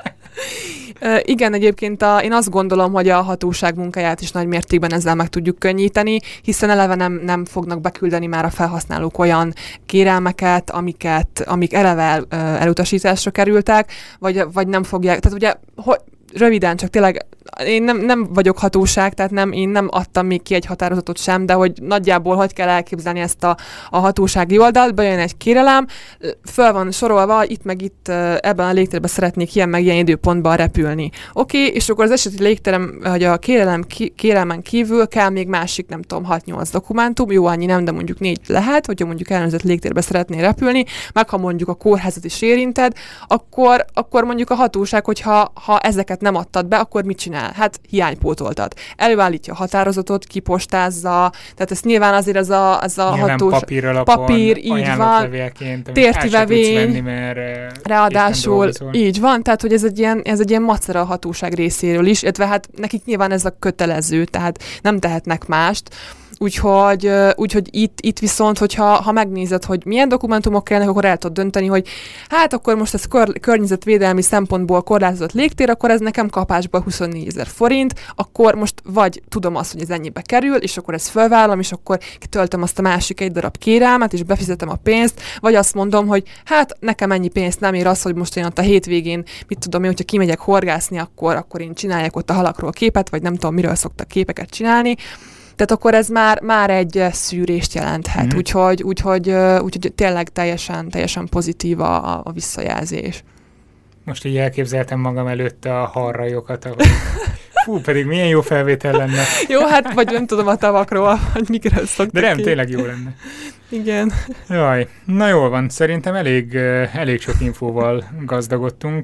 Uh, igen, egyébként a, én azt gondolom, hogy a hatóság munkáját is nagy mértékben ezzel meg tudjuk könnyíteni, hiszen eleve nem, nem fognak beküldeni már a felhasználók olyan kérelmeket, amiket, amik eleve uh, elutasításra kerültek, vagy, vagy nem fogják, tehát ugye hogy, röviden, csak tényleg én nem, nem vagyok hatóság, tehát nem, én nem adtam még ki egy határozatot sem, de hogy nagyjából hogy kell elképzelni ezt a, a hatósági oldalt, bejön egy kérelem, föl van sorolva, itt meg itt ebben a légtérben szeretnék ilyen meg ilyen időpontban repülni. Oké, okay, és akkor az eseti légterem, hogy a kérelem, ki, kérelmen kívül kell még másik, nem tudom, hat-nyolc dokumentum, jó, annyi nem, de mondjuk négy lehet, hogyha mondjuk ellenőrzött légtérbe szeretnél repülni, meg ha mondjuk a kórházat is érinted, akkor, akkor mondjuk a hatóság, hogyha ha ezeket nem adtad be, akkor mit csinál? Hát hiánypótoltat. Előállítja a határozatot, kipostázza, tehát ezt nyilván azért ez a, ez a hatós... papír alapon, papír, így van, tértivevény, ráadásul így van, tehát hogy ez egy ilyen, ez egy ilyen macera a hatóság részéről is, illetve hát nekik nyilván ez a kötelező, tehát nem tehetnek mást. Úgyhogy, úgyhogy itt, itt viszont, hogyha ha megnézed, hogy milyen dokumentumok kellnek, akkor el tudod dönteni, hogy hát akkor most ez kör, környezetvédelmi szempontból korlátozott légtér, akkor ez nekem kapásba huszonnégyezer forint, akkor most vagy tudom azt, hogy ez ennyibe kerül, és akkor ezt felvállalom, és akkor kitöltöm azt a másik egy darab kérelmet, és befizetem a pénzt, vagy azt mondom, hogy hát nekem ennyi pénzt nem ér az, hogy most én ott a hétvégén, mit tudom én, hogyha kimegyek horgászni, akkor, akkor én csináljak ott a halakról képet, vagy nem tudom, miről szoktak képeket csinálni. Tehát akkor ez már, már egy szűrést jelenthet, mm-hmm. úgyhogy, úgyhogy, úgyhogy tényleg teljesen, teljesen pozitív a, a visszajelzés. Most így elképzeltem magam előtt a harrajokat, ahogy fú, pedig milyen jó felvétel lenne. Jó, hát vagy nem tudom a tavakról, hogy mikor szoktak De nem, ki. tényleg jó lenne. Igen. Jaj, na jól van, szerintem elég, elég sok infóval gazdagodtunk.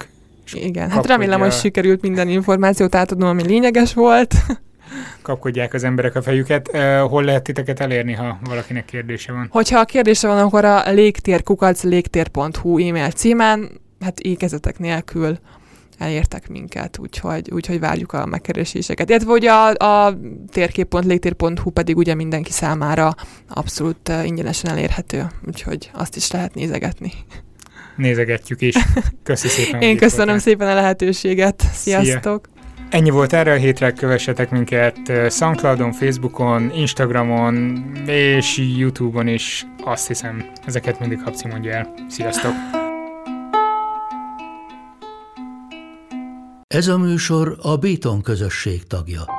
Igen, hát remélem, hogy sikerült minden információt átadnom, ami lényeges volt. Kapkodják az emberek a fejüket. Uh, hol lehet titeket elérni, ha valakinek kérdése van? Hogyha a kérdése van, akkor a légtér kukac légtér pont hu e-mail címen, hát ékezetek nélkül elértek minket, úgyhogy, úgyhogy várjuk a megkereséseket. Illetve ugye a, a térkép pont légtér pont hu pedig ugye mindenki számára abszolút uh, ingyenesen elérhető, úgyhogy azt is lehet nézegetni. Nézegetjük is. Köszi szépen. Én köszönöm voltál. szépen a lehetőséget. Sziasztok! Szia. Ennyi volt erre a hétre, kövessetek minket SoundCloudon, Facebookon, Instagramon és YouTube-on is, azt hiszem, ezeket mindig Habci mondja el. Sziasztok! Ez a műsor a Béton közösség tagja.